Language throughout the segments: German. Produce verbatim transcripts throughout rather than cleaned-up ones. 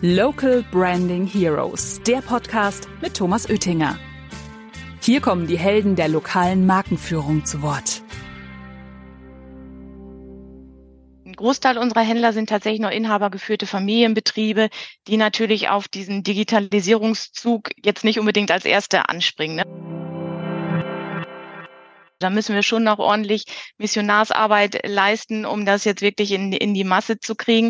Local Branding Heroes, der Podcast mit Thomas Oettinger. Hier kommen die Helden der lokalen Markenführung zu Wort. Ein Großteil unserer Händler sind tatsächlich noch inhabergeführte Familienbetriebe, die natürlich auf diesen Digitalisierungszug jetzt nicht unbedingt als Erste anspringen. Ne? Da müssen wir schon noch ordentlich Missionarsarbeit leisten, um das jetzt wirklich in, in die Masse zu kriegen.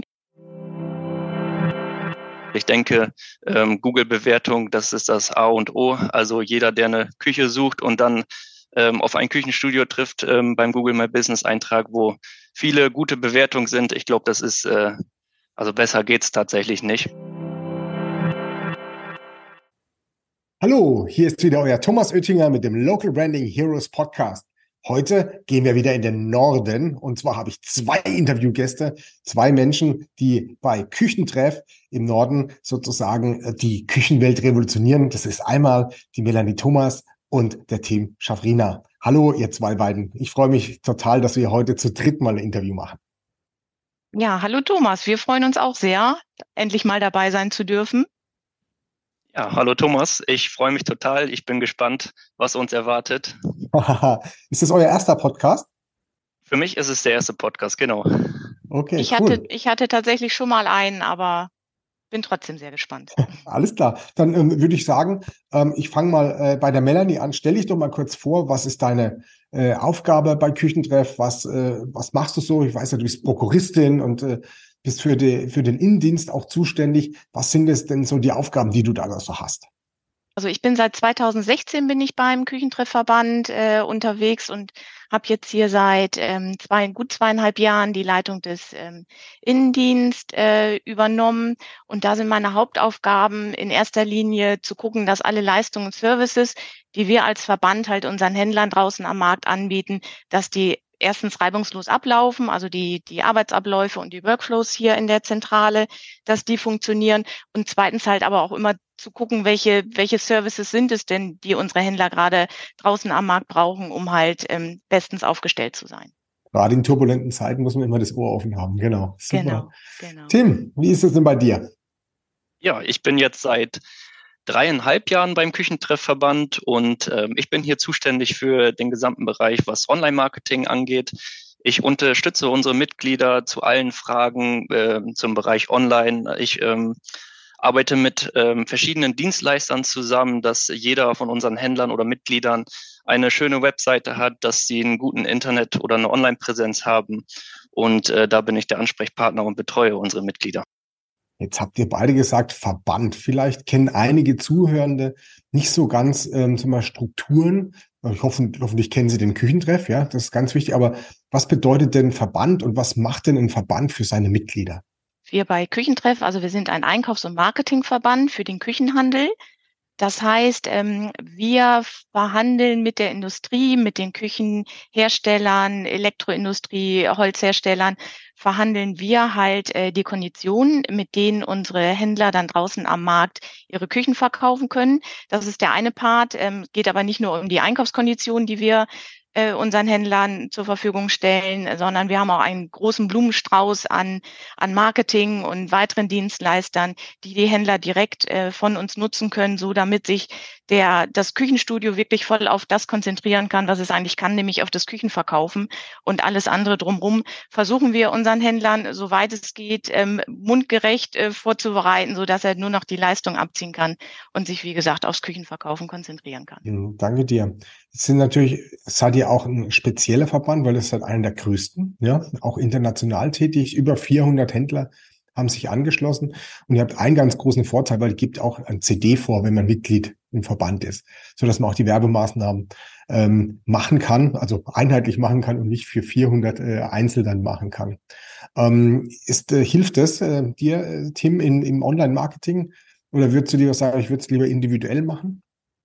Ich denke, ähm, Google-Bewertung, das ist das A und O. Also jeder, der eine Küche sucht und dann ähm, auf ein Küchenstudio trifft ähm, beim Google My Business Eintrag, wo viele gute Bewertungen sind. Ich glaube, das ist, äh, also besser geht's tatsächlich nicht. Hallo, hier ist wieder euer Thomas Oettinger mit dem Local Branding Heroes Podcast. Heute gehen wir wieder in den Norden und zwar habe ich zwei Interviewgäste, zwei Menschen, die bei Küchentreff im Norden sozusagen die Küchenwelt revolutionieren. Das ist einmal die Melanie Thomas und der Tim Schafrina. Hallo, ihr zwei beiden. Ich freue mich total, dass wir heute zu dritt mal ein Interview machen. Ja, hallo Thomas. Wir freuen uns auch sehr, endlich mal dabei sein zu dürfen. Ja, hallo Thomas. Ich freue mich total. Ich bin gespannt, was uns erwartet. Ist das euer erster Podcast? Für mich ist es der erste Podcast, genau. Okay, ich cool. hatte, ich hatte tatsächlich schon mal einen, aber bin trotzdem sehr gespannt. Alles klar. Dann ähm, würde ich sagen, ähm, ich fange mal äh, bei der Melanie an. Stell dich doch mal kurz vor, was ist deine äh, Aufgabe bei Küchentreff? Was, äh, was machst du so? Ich weiß ja, du bist Prokuristin und äh, bist für, die, für den Innendienst auch zuständig. Was sind es denn so die Aufgaben, die du da so hast? Also ich bin seit zweitausendsechzehn bin ich beim Küchentreffverband äh, unterwegs und habe jetzt hier seit ähm, zwei, gut zweieinhalb Jahren die Leitung des ähm, Innendienst äh, übernommen. Und da sind meine Hauptaufgaben in erster Linie zu gucken, dass alle Leistungen und Services, die wir als Verband halt unseren Händlern draußen am Markt anbieten, dass die erstens reibungslos ablaufen, also die, die Arbeitsabläufe und die Workflows hier in der Zentrale, dass die funktionieren. Und zweitens halt aber auch immer zu gucken, welche, welche Services sind es denn, die unsere Händler gerade draußen am Markt brauchen, um halt ähm, bestens aufgestellt zu sein. Gerade in turbulenten Zeiten muss man immer das Ohr offen haben. Genau. Super. Genau, genau. Tim, wie ist es denn bei dir? Ja, ich bin jetzt seit dreieinhalb Jahren beim Küchentreffverband und ähm, ich bin hier zuständig für den gesamten Bereich, was Online-Marketing angeht. Ich unterstütze unsere Mitglieder zu allen Fragen äh, zum Bereich Online. Ich ähm, arbeite mit ähm, verschiedenen Dienstleistern zusammen, dass jeder von unseren Händlern oder Mitgliedern eine schöne Webseite hat, dass sie einen guten Internet- oder eine Online-Präsenz haben. Und äh, da bin ich der Ansprechpartner und betreue unsere Mitglieder. Jetzt habt ihr beide gesagt, Verband. Vielleicht kennen einige Zuhörende nicht so ganz ähm, zum Beispiel Strukturen. Ich hoffe, hoffentlich kennen sie den Küchentreff, ja, das ist ganz wichtig. Aber was bedeutet denn Verband und was macht denn ein Verband für seine Mitglieder? Wir bei Küchentreff, also wir sind ein Einkaufs- und Marketingverband für den Küchenhandel. Das heißt, wir verhandeln mit der Industrie, mit den Küchenherstellern, Elektroindustrie, Holzherstellern, verhandeln wir halt die Konditionen, mit denen unsere Händler dann draußen am Markt ihre Küchen verkaufen können. Das ist der eine Part, geht aber nicht nur um die Einkaufskonditionen, die wir unseren Händlern zur Verfügung stellen, sondern wir haben auch einen großen Blumenstrauß an, an Marketing und weiteren Dienstleistern, die die Händler direkt äh, von uns nutzen können, so damit sich der, das Küchenstudio wirklich voll auf das konzentrieren kann, was es eigentlich kann, nämlich auf das Küchenverkaufen und alles andere drumherum versuchen wir unseren Händlern, soweit es geht, ähm, mundgerecht äh, vorzubereiten, so dass er nur noch die Leistung abziehen kann und sich, wie gesagt, aufs Küchenverkaufen konzentrieren kann. Ja, danke dir. Es sind natürlich, seid ihr auch ein spezieller Verband, weil es halt einer der größten, ja, auch international tätig. Über vierhundert Händler haben sich angeschlossen und ihr habt einen ganz großen Vorteil, weil ihr gebt auch ein C D vor, wenn man Mitglied im Verband ist, so dass man auch die Werbemaßnahmen ähm, machen kann, also einheitlich machen kann und nicht für vierhundert äh, einzeln dann machen kann. Ähm, ist, äh, hilft das äh, dir, äh, Tim, in, im Online-Marketing oder würdest du lieber sagen, ich würde es lieber individuell machen?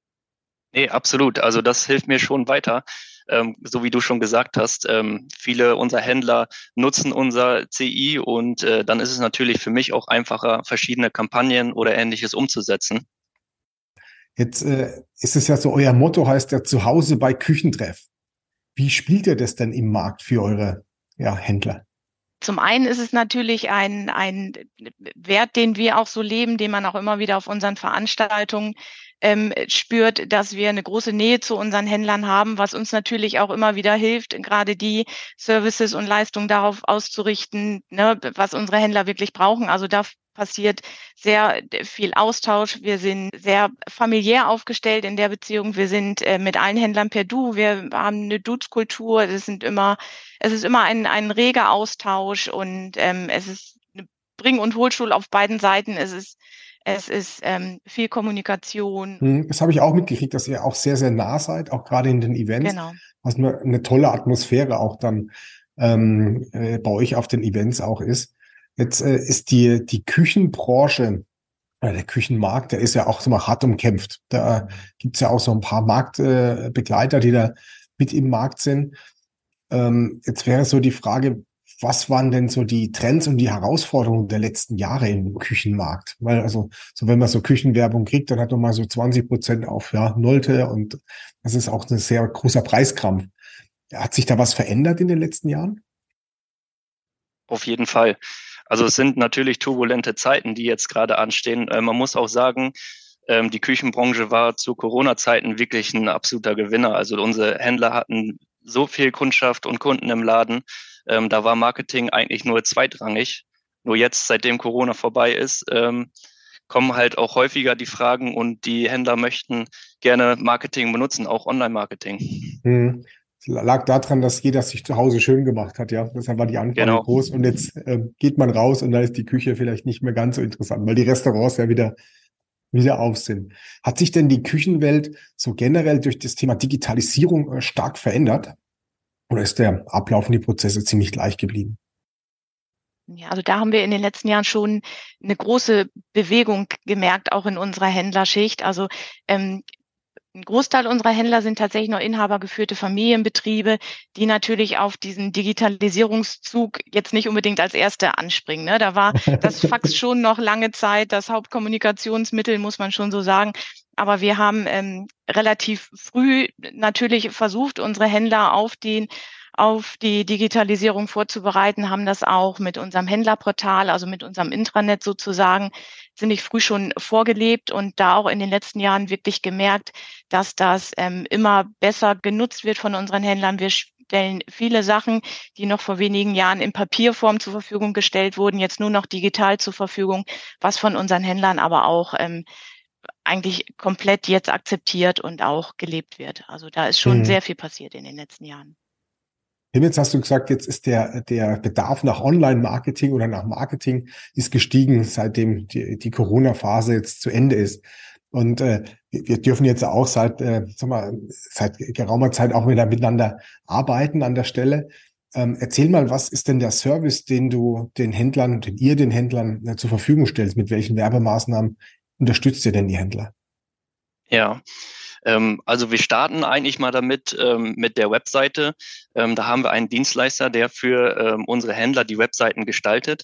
Nee, absolut. Also das hilft mir schon weiter. Ähm, so wie du schon gesagt hast, ähm, viele unserer Händler nutzen unser C I und äh, dann ist es natürlich für mich auch einfacher, verschiedene Kampagnen oder Ähnliches umzusetzen. Jetzt äh, ist es ja so, euer Motto heißt ja zu Hause bei Küchentreff. Wie spielt ihr das denn im Markt für eure ja, Händler? Zum einen ist es natürlich ein, ein Wert, den wir auch so leben, den man auch immer wieder auf unseren Veranstaltungen ähm, spürt, dass wir eine große Nähe zu unseren Händlern haben, was uns natürlich auch immer wieder hilft, gerade die Services und Leistungen darauf auszurichten, ne, was unsere Händler wirklich brauchen. Also da passiert sehr viel Austausch. Wir sind sehr familiär aufgestellt in der Beziehung. Wir sind äh, mit allen Händlern per Du. Wir haben eine Dudes-Kultur. Es sind immer, es ist immer ein, ein reger Austausch und ähm, es ist eine Bring- und Holschule auf beiden Seiten. Es ist, es ist ähm, viel Kommunikation. Das habe ich auch mitgekriegt, dass ihr auch sehr, sehr nah seid, auch gerade in den Events. Genau. Was eine, eine tolle Atmosphäre auch dann ähm, äh, bei euch auf den Events auch ist. Jetzt äh, ist die, die Küchenbranche, äh, der Küchenmarkt, der ist ja auch so mal hart umkämpft. Da gibt's ja auch so ein paar Marktbegleiter, äh, die da mit im Markt sind. Ähm, jetzt wäre so die Frage, was waren denn so die Trends und die Herausforderungen der letzten Jahre im Küchenmarkt? Weil also, so wenn man so Küchenwerbung kriegt, dann hat man mal so zwanzig Prozent auf, ja, Nullte und das ist auch ein sehr großer Preiskampf. Hat sich da was verändert in den letzten Jahren? Auf jeden Fall. Also es sind natürlich turbulente Zeiten, die jetzt gerade anstehen. Äh, man muss auch sagen, ähm, die Küchenbranche war zu Corona-Zeiten wirklich ein absoluter Gewinner. Also unsere Händler hatten so viel Kundschaft und Kunden im Laden. Ähm, da war Marketing eigentlich nur zweitrangig. Nur jetzt, seitdem Corona vorbei ist, ähm, kommen halt auch häufiger die Fragen und die Händler möchten gerne Marketing benutzen, auch Online-Marketing. Hm. Es lag daran, dass jeder sich zu Hause schön gemacht hat, ja. Deshalb war die Anfrage Genau. groß und jetzt äh, geht man raus und da ist die Küche vielleicht nicht mehr ganz so interessant, weil die Restaurants ja wieder wieder auf sind. Hat sich denn die Küchenwelt so generell durch das Thema Digitalisierung äh, stark verändert? Oder ist der Ablauf und die Prozesse ziemlich gleich geblieben? Ja, also da haben wir in den letzten Jahren schon eine große Bewegung gemerkt, auch in unserer Händlerschicht. Also ähm, ein Großteil unserer Händler sind tatsächlich noch inhabergeführte Familienbetriebe, die natürlich auf diesen Digitalisierungszug jetzt nicht unbedingt als Erste anspringen. Ne? Da war das Fax schon noch lange Zeit das Hauptkommunikationsmittel, muss man schon so sagen. Aber wir haben ähm, relativ früh natürlich versucht, unsere Händler auf den auf die Digitalisierung vorzubereiten, haben das auch mit unserem Händlerportal, also mit unserem Intranet sozusagen, ziemlich früh schon vorgelebt und da auch in den letzten Jahren wirklich gemerkt, dass das ähm, immer besser genutzt wird von unseren Händlern. Wir stellen viele Sachen, die noch vor wenigen Jahren in Papierform zur Verfügung gestellt wurden, jetzt nur noch digital zur Verfügung, was von unseren Händlern aber auch ähm, eigentlich komplett jetzt akzeptiert und auch gelebt wird. Also da ist schon Mhm. sehr viel passiert in den letzten Jahren. Jetzt hast du gesagt, jetzt ist der, der Bedarf nach Online-Marketing oder nach Marketing ist gestiegen, seitdem die, die Corona-Phase jetzt zu Ende ist. Und äh, wir dürfen jetzt auch seit, äh, sag mal, seit geraumer Zeit auch wieder miteinander arbeiten an der Stelle. Ähm, erzähl mal, was ist denn der Service, den du den Händlern, den ihr den Händlern äh, zur Verfügung stellst? Mit welchen Werbemaßnahmen unterstützt ihr denn die Händler? Ja. Also wir starten eigentlich mal damit ähm, mit der Webseite. Ähm, da haben wir einen Dienstleister, der für ähm, unsere Händler die Webseiten gestaltet.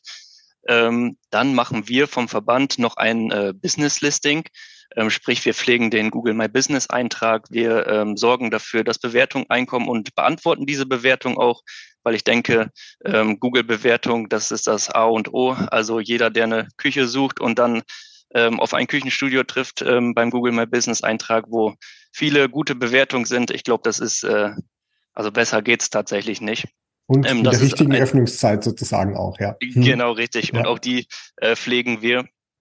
Ähm, dann machen wir vom Verband noch ein äh, Business Listing. Ähm, sprich, wir pflegen den Google My Business Eintrag. Wir ähm, sorgen dafür, dass Bewertungen einkommen und beantworten diese Bewertung auch, weil ich denke, ähm, Google-Bewertung, das ist das A und O. Also jeder, der eine Küche sucht und dann ähm, auf ein Küchenstudio trifft ähm, beim Google My Business Eintrag, wo viele gute Bewertungen sind. Ich glaube, das ist, äh, also besser geht's tatsächlich nicht. Und ähm, in der richtigen ein, Öffnungszeit sozusagen auch, ja. Genau, richtig. Ja. Und auch die äh, pflegen wir.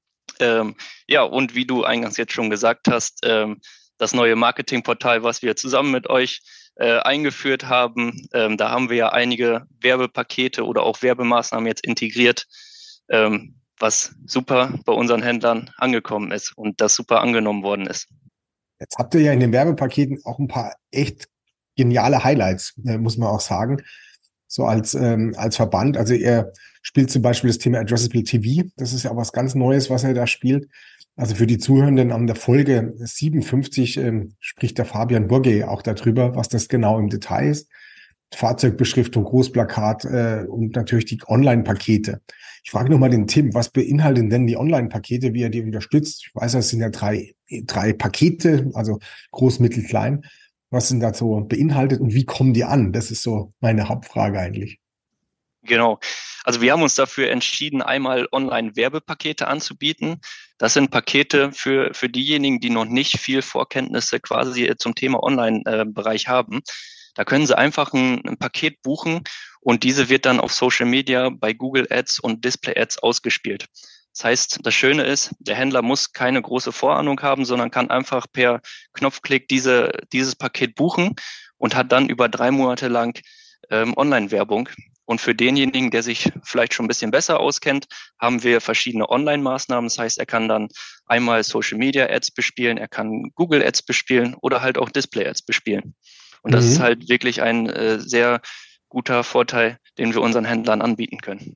Ähm, ja, und wie du eingangs jetzt schon gesagt hast, ähm, das neue Marketingportal, was wir zusammen mit euch äh, eingeführt haben, ähm, da haben wir ja einige Werbepakete oder auch Werbemaßnahmen jetzt integriert, ähm, was super bei unseren Händlern angekommen ist und das super angenommen worden ist. Jetzt habt ihr ja in den Werbepaketen auch ein paar echt geniale Highlights, äh, muss man auch sagen. So als ähm, als Verband. Also ihr spielt zum Beispiel das Thema Addressable T V. Das ist ja auch was ganz Neues, was er da spielt. Also für die Zuhörenden an der Folge siebenundfünfzig ähm, spricht der Fabian Burge auch darüber, was das genau im Detail ist. Fahrzeugbeschriftung, Großplakat äh, und natürlich die Online-Pakete. Ich frage nochmal den Tim, was beinhalten denn die Online-Pakete, wie er die unterstützt? Ich weiß, es sind ja drei, drei Pakete, also groß, mittel, klein. Was sind da so beinhaltet und wie kommen die an? Das ist so meine Hauptfrage eigentlich. Genau. Also wir haben uns dafür entschieden, einmal Online-Werbepakete anzubieten. Das sind Pakete für, für diejenigen, die noch nicht viel Vorkenntnisse quasi zum Thema Online-Bereich haben. Da können Sie einfach ein, ein Paket buchen und diese wird dann auf Social Media bei Google Ads und Display Ads ausgespielt. Das heißt, das Schöne ist, der Händler muss keine große Vorahnung haben, sondern kann einfach per Knopfklick diese, dieses Paket buchen und hat dann über drei Monate lang ähm, Online-Werbung. Und für denjenigen, der sich vielleicht schon ein bisschen besser auskennt, haben wir verschiedene Online-Maßnahmen. Das heißt, er kann dann einmal Social-Media-Ads bespielen, er kann Google-Ads bespielen oder halt auch Display-Ads bespielen. Und das mhm. ist halt wirklich ein äh, sehr guter Vorteil, den wir unseren Händlern anbieten können.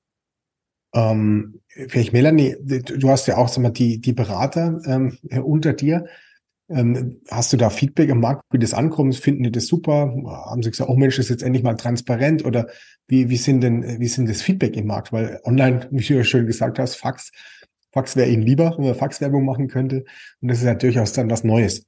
Ähm, vielleicht Melanie, du hast ja auch sag mal, die, die Berater ähm, unter dir. Ähm, hast du da Feedback im Markt, wie das ankommt? Finden die das super? Haben sie gesagt, oh Mensch, das ist jetzt endlich mal transparent? Oder wie, wie sind denn, wie sind das Feedback im Markt? Weil online, wie du ja schön gesagt hast, Fax, Fax wäre ihnen lieber, wenn man Faxwerbung machen könnte. Und das ist ja durchaus dann was Neues.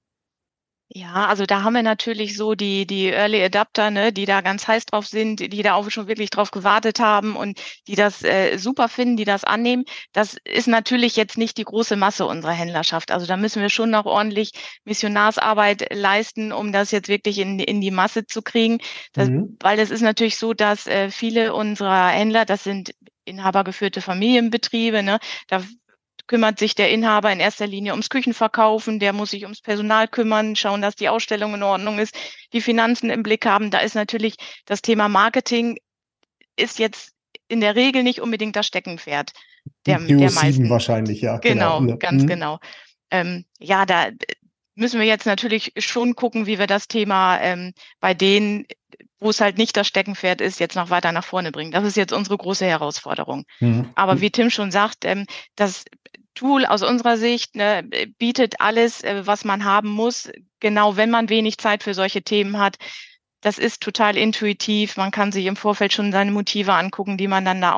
Ja, also da haben wir natürlich so die die Early Adapter, ne, die da ganz heiß drauf sind, die da auch schon wirklich drauf gewartet haben und die das äh, super finden, die das annehmen. Das ist natürlich jetzt nicht die große Masse unserer Händlerschaft. Also da müssen wir schon noch ordentlich Missionarsarbeit leisten, um das jetzt wirklich in in die Masse zu kriegen. Das, mhm. Weil es ist natürlich so, dass äh, viele unserer Händler, das sind inhabergeführte Familienbetriebe, ne, da kümmert sich der Inhaber in erster Linie ums Küchenverkaufen, der muss sich ums Personal kümmern, schauen, dass die Ausstellung in Ordnung ist, die Finanzen im Blick haben. Da ist natürlich das Thema Marketing ist jetzt in der Regel nicht unbedingt das Steckenpferd der, der meisten. Wahrscheinlich, ja. Genau, genau. ganz mhm. genau. Ähm, ja, da müssen wir jetzt natürlich schon gucken, wie wir das Thema ähm, bei denen, wo es halt nicht das Steckenpferd ist, jetzt noch weiter nach vorne bringen. Das ist jetzt unsere große Herausforderung. Mhm. Aber wie Tim schon sagt, ähm, das Tool aus unserer Sicht ne, bietet alles, äh, was man haben muss, genau wenn man wenig Zeit für solche Themen hat. Das ist total intuitiv. Man kann sich im Vorfeld schon seine Motive angucken, die man dann da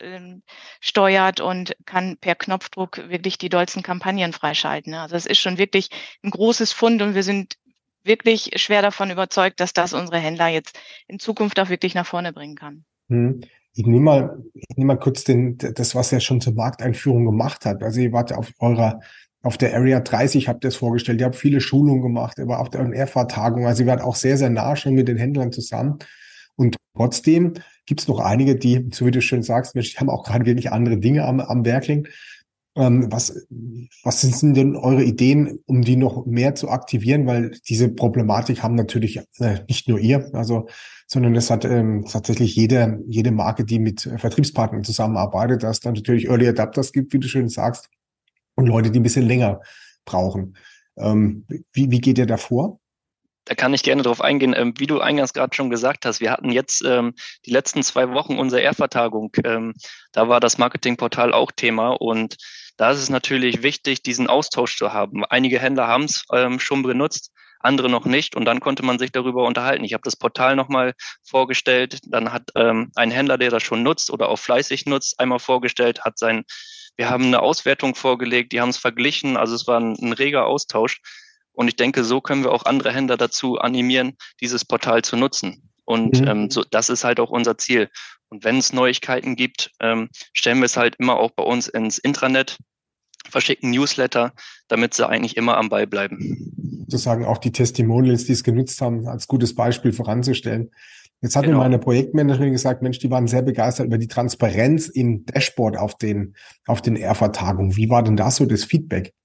aussteuert ähm, und kann per Knopfdruck wirklich die dollsten Kampagnen freischalten. Ne? Also es ist schon wirklich ein großes Fund und wir sind wirklich schwer davon überzeugt, dass das unsere Händler jetzt in Zukunft auch wirklich nach vorne bringen kann. Hm. Ich nehme mal, ich nehme mal kurz den, das, was er schon zur Markteinführung gemacht hat. Also ihr wart auf eurer, auf der Area dreißig, habt ihr es vorgestellt. Ihr habt viele Schulungen gemacht, ihr wart auf der O N R-Tagung. Also ihr wart auch sehr, sehr nah schon mit den Händlern zusammen. Und trotzdem gibt es noch einige, die, so wie du schön sagst, Mensch, die haben auch gerade wirklich andere Dinge am, am Werkling. Ähm, was, was sind denn eure Ideen, um die noch mehr zu aktivieren? Weil diese Problematik haben natürlich äh, nicht nur ihr, also, sondern es hat ähm, tatsächlich jede, jede Marke, die mit äh, Vertriebspartnern zusammenarbeitet, dass es dann natürlich Early Adapters gibt, wie du schön sagst, und Leute, die ein bisschen länger brauchen. Ähm, wie, wie geht ihr da vor? Da kann ich gerne drauf eingehen. Ähm, wie du eingangs gerade schon gesagt hast, wir hatten jetzt ähm, die letzten zwei Wochen unsere R V A-Tagung. Ähm, da war das Marketingportal auch Thema und da ist es natürlich wichtig, diesen Austausch zu haben. Einige Händler haben es ähm, schon benutzt, andere noch nicht und dann konnte man sich darüber unterhalten. Ich habe das Portal nochmal vorgestellt, dann hat ähm, ein Händler, der das schon nutzt oder auch fleißig nutzt, einmal vorgestellt, hat sein, wir haben eine Auswertung vorgelegt, die haben es verglichen, also es war ein, ein reger Austausch. Und ich denke, so können wir auch andere Händler dazu animieren, dieses Portal zu nutzen. Und mhm. ähm, so, das ist halt auch unser Ziel. Und wenn es Neuigkeiten gibt, ähm, stellen wir es halt immer auch bei uns ins Intranet, verschicken Newsletter, damit sie eigentlich immer am Ball bleiben. Sozusagen auch die Testimonials, die es genutzt haben, als gutes Beispiel voranzustellen. Jetzt hat genau. mir meine Projektmanagerin gesagt, Mensch, die waren sehr begeistert über die Transparenz im Dashboard auf den, auf den R V A-Tagungen. Wie war denn da so das Feedback?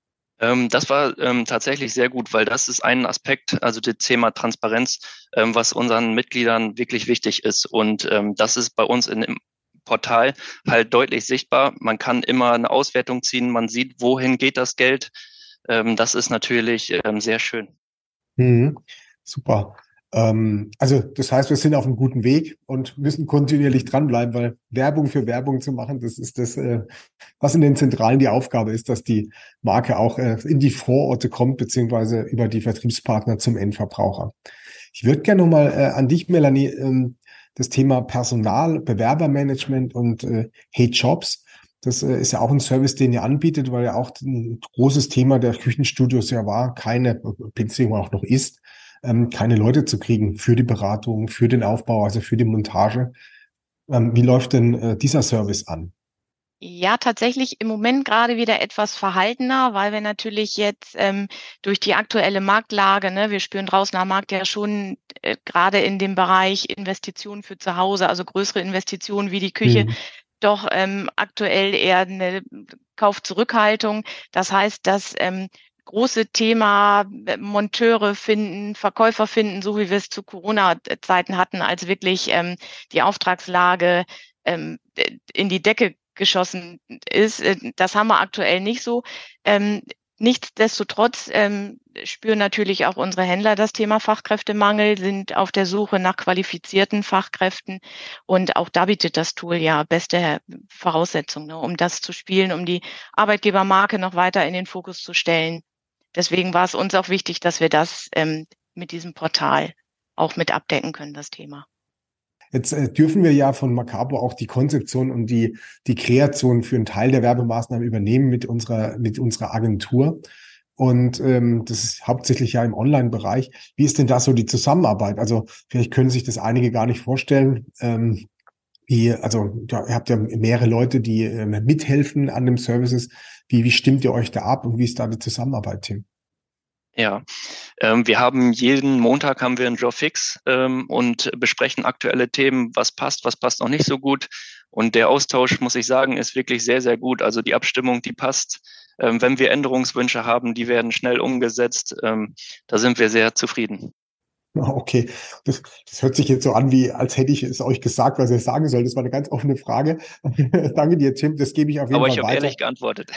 Ähm, das war ähm, tatsächlich sehr gut, weil das ist ein Aspekt, also das Thema Transparenz, ähm, was unseren Mitgliedern wirklich wichtig ist. Und ähm, das ist bei uns in, im Portal halt deutlich sichtbar. Man kann immer eine Auswertung ziehen, man sieht, wohin geht das Geld. Ähm, das ist natürlich ähm, sehr schön. Mhm. Super. Ähm, also das heißt, wir sind auf einem guten Weg und müssen kontinuierlich dranbleiben, weil Werbung für Werbung zu machen, das ist das, äh, was in den Zentralen die Aufgabe ist, dass die Marke auch äh, in die Vororte kommt, beziehungsweise über die Vertriebspartner zum Endverbraucher. Ich würde gerne nochmal äh, an dich, Melanie, ähm, das Thema Personal, Bewerbermanagement und äh, Hey Jobs. Das äh, ist ja auch ein Service, den ihr anbietet, weil ja auch ein großes Thema der Küchenstudios ja war, keine, beziehungsweise auch noch ist, ähm, keine Leute zu kriegen für die Beratung, für den Aufbau, also für die Montage. Ähm, wie läuft denn äh, dieser Service an? Ja, tatsächlich im Moment gerade wieder etwas verhaltener, weil wir natürlich jetzt ähm, durch die aktuelle Marktlage, ne, wir spüren draußen am Markt ja schon äh, gerade in dem Bereich Investitionen für zu Hause, also größere Investitionen wie die Küche, Mhm. doch ähm, aktuell eher eine Kaufzurückhaltung. Das heißt, das ähm, große Thema äh, Monteure finden, Verkäufer finden, so wie wir es zu Corona-Zeiten hatten, als wirklich ähm, die Auftragslage ähm, in die Decke geschossen ist. Äh, Das haben wir aktuell nicht so. Ähm, Nichtsdestotrotz ähm, spüren natürlich auch unsere Händler das Thema Fachkräftemangel, sind auf der Suche nach qualifizierten Fachkräften. Und auch da bietet das Tool ja beste Voraussetzungen, ne, um das zu spielen, um die Arbeitgebermarke noch weiter in den Fokus zu stellen. Deswegen war es uns auch wichtig, dass wir das ähm, mit diesem Portal auch mit abdecken können, das Thema. Jetzt äh, dürfen wir ja von Macabo auch die Konzeption und die, die Kreation für einen Teil der Werbemaßnahmen übernehmen mit unserer, mit unserer Agentur. Und ähm, das ist hauptsächlich ja im Online-Bereich. Wie ist denn da so die Zusammenarbeit? Also vielleicht können sich das einige gar nicht vorstellen. Ähm, wie, also ja, ihr habt ja mehrere Leute, die äh, mithelfen an dem Services. Wie, wie stimmt ihr euch da ab und wie ist da die Zusammenarbeit, Tim? Ja, ähm, wir haben jeden Montag haben wir einen Joe Fix ähm, und besprechen aktuelle Themen, was passt, was passt noch nicht so gut. Und der Austausch, muss ich sagen, ist wirklich sehr, sehr gut. Also die Abstimmung, die passt. Ähm, wenn wir Änderungswünsche haben, die werden schnell umgesetzt. Ähm, da sind wir sehr zufrieden. Okay, das, das hört sich jetzt so an, wie als hätte ich es euch gesagt, was ihr sagen sollt. Das war eine ganz offene Frage. Danke dir, Tim. Das gebe ich auf jeden Aber Fall ich habe weiter. ehrlich geantwortet.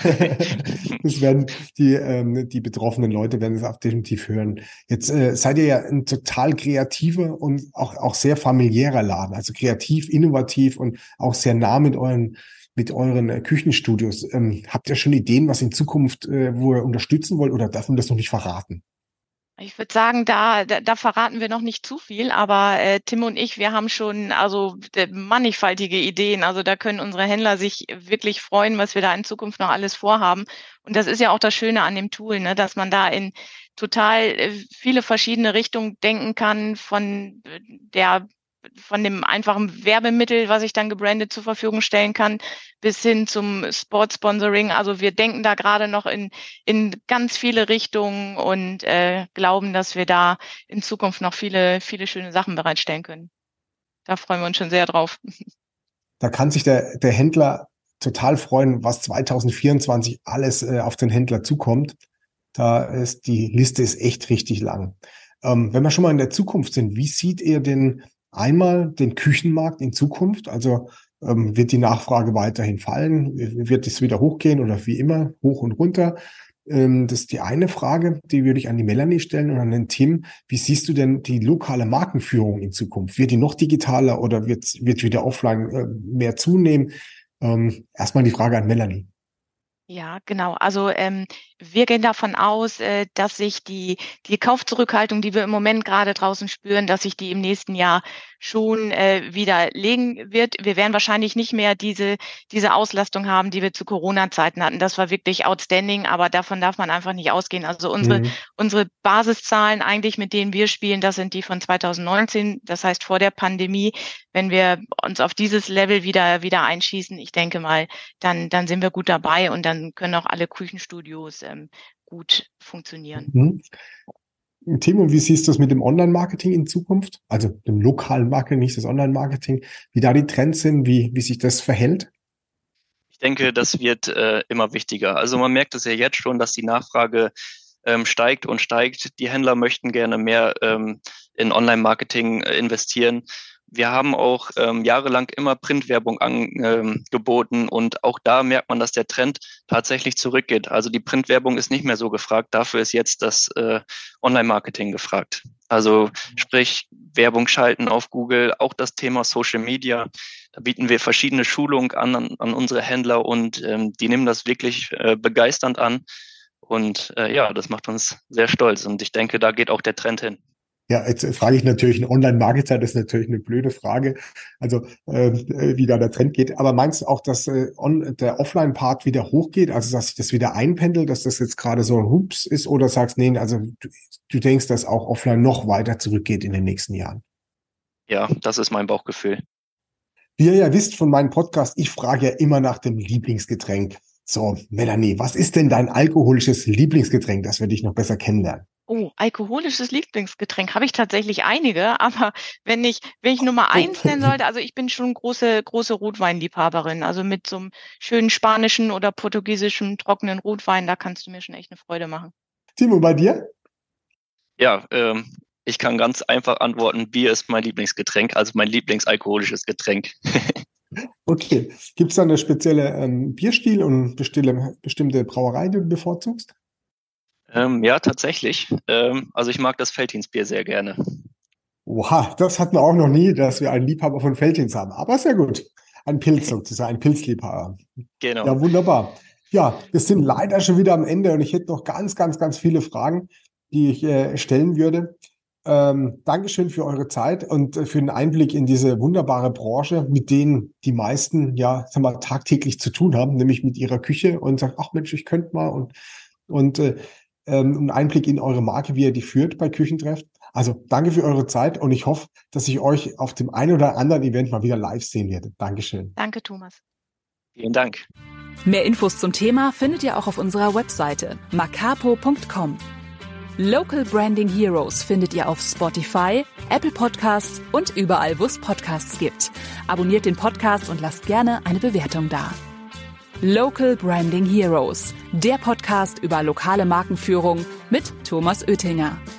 Das werden die, ähm, die betroffenen Leute werden es auch definitiv hören. Jetzt äh, seid ihr ja ein total kreativer und auch, auch sehr familiärer Laden. Also kreativ, innovativ und auch sehr nah mit euren mit euren äh, Küchenstudios. Ähm, habt ihr schon Ideen, was in Zukunft, äh, wo ihr unterstützen wollt, oder darf man das noch nicht verraten? Ich würde sagen, da, da, da verraten wir noch nicht zu viel, aber äh, Tim und ich, wir haben schon also äh, mannigfaltige Ideen. Also da können unsere Händler sich wirklich freuen, was wir da in Zukunft noch alles vorhaben. Und das ist ja auch das Schöne an dem Tool, ne, dass man da in total äh, viele verschiedene Richtungen denken kann, von äh, der von dem einfachen Werbemittel, was ich dann gebrandet zur Verfügung stellen kann, bis hin zum Sportsponsoring. Also wir denken da gerade noch in in ganz viele Richtungen und äh, glauben, dass wir da in Zukunft noch viele, viele schöne Sachen bereitstellen können. Da freuen wir uns schon sehr drauf. Da kann sich der, der Händler total freuen, was zwanzig vierundzwanzig alles äh, auf den Händler zukommt. Da ist die Liste ist echt richtig lang. Ähm, wenn wir schon mal in der Zukunft sind, wie sieht ihr denn einmal den Küchenmarkt in Zukunft? Also ähm, wird die Nachfrage weiterhin fallen? Wird es wieder hochgehen oder wie immer hoch und runter? Ähm, das ist die eine Frage, die würde ich an die Melanie stellen und an den Tim. Wie siehst du denn die lokale Markenführung in Zukunft? Wird die noch digitaler oder wird, wird wieder offline äh, mehr zunehmen? Ähm, erstmal die Frage an Melanie. Ja, genau. Also ähm, wir gehen davon aus, äh, dass sich die, die Kaufzurückhaltung, die wir im Moment gerade draußen spüren, dass sich die im nächsten Jahr schon äh, wieder legen wird. Wir werden wahrscheinlich nicht mehr diese, diese Auslastung haben, die wir zu Corona-Zeiten hatten. Das war wirklich outstanding, aber davon darf man einfach nicht ausgehen. Also unsere, Mhm. unsere Basiszahlen eigentlich, mit denen wir spielen, das sind die von zwanzig neunzehn, das heißt vor der Pandemie. Wenn wir uns auf dieses Level wieder, wieder einschießen, ich denke mal, dann, dann sind wir gut dabei und dann können auch alle Küchenstudios ähm, gut funktionieren. Mhm. Timo, wie siehst du es mit dem Online-Marketing in Zukunft? Also dem lokalen Marketing, nicht das Online-Marketing, wie da die Trends sind, wie, wie sich das verhält? Ich denke, das wird äh, immer wichtiger. Also man merkt es ja jetzt schon, dass die Nachfrage ähm, steigt und steigt. Die Händler möchten gerne mehr ähm, in Online-Marketing äh, investieren. Wir haben auch ähm, jahrelang immer Printwerbung angeboten ähm, und auch da merkt man, dass der Trend tatsächlich zurückgeht. Also die Printwerbung ist nicht mehr so gefragt. Dafür ist jetzt das äh, Online-Marketing gefragt. Also sprich Werbung schalten auf Google, auch das Thema Social Media. Da bieten wir verschiedene Schulungen an, an, an unsere Händler und ähm, die nehmen das wirklich äh, begeisternd an. Und äh, ja, das macht uns sehr stolz. Und ich denke, da geht auch der Trend hin. Ja, jetzt frage ich natürlich, ein Online-Marketer, das ist natürlich eine blöde Frage, also äh, wie da der Trend geht. Aber meinst du auch, dass äh, on, der Offline-Part wieder hochgeht, also dass sich das wieder einpendelt, dass das jetzt gerade so ein Hups ist, oder sagst, nee, also du, du denkst, dass auch offline noch weiter zurückgeht in den nächsten Jahren? Ja, das ist mein Bauchgefühl. Wie ihr ja wisst von meinem Podcast, ich frage ja immer nach dem Lieblingsgetränk. So, Melanie, was ist denn dein alkoholisches Lieblingsgetränk, dass wir dich noch besser kennenlernen? Oh, alkoholisches Lieblingsgetränk habe ich tatsächlich einige, aber wenn ich, wenn ich Nummer eins nennen sollte, also ich bin schon große, große Rotweinliebhaberin, also mit so einem schönen spanischen oder portugiesischen trockenen Rotwein, da kannst du mir schon echt eine Freude machen. Timo, bei dir? Ja, ähm, ich kann ganz einfach antworten, Bier ist mein Lieblingsgetränk, also mein Lieblingsalkoholisches Getränk. Okay, gibt es da eine spezielle ähm, Bierstil und bestimmte, bestimmte Brauerei, die du bevorzugst? Ähm, ja, tatsächlich. Ähm, also ich mag das Veltinsbier sehr gerne. Oha, das hatten wir auch noch nie, dass wir einen Liebhaber von Veltins haben. Aber sehr gut. Ein Pilz sozusagen, ein Pilzliebhaber. Genau. Ja, wunderbar. Ja, wir sind leider schon wieder am Ende und ich hätte noch ganz, ganz, ganz viele Fragen, die ich äh, stellen würde. Ähm, Dankeschön für eure Zeit und äh, für den Einblick in diese wunderbare Branche, mit denen die meisten ja, sagen wir, tagtäglich zu tun haben, nämlich mit ihrer Küche und sagt, ach Mensch, ich könnte mal und, und äh, ähm, einen Einblick in eure Marke, wie ihr die führt bei Küchentreff. Also danke für eure Zeit und ich hoffe, dass ich euch auf dem einen oder anderen Event mal wieder live sehen werde. Dankeschön. Danke, Thomas. Vielen Dank. Mehr Infos zum Thema findet ihr auch auf unserer Webseite macapo punkt com. Local Branding Heroes findet ihr auf Spotify, Apple Podcasts und überall, wo es Podcasts gibt. Abonniert den Podcast und lasst gerne eine Bewertung da. Local Branding Heroes, der Podcast über lokale Markenführung mit Thomas Oettinger.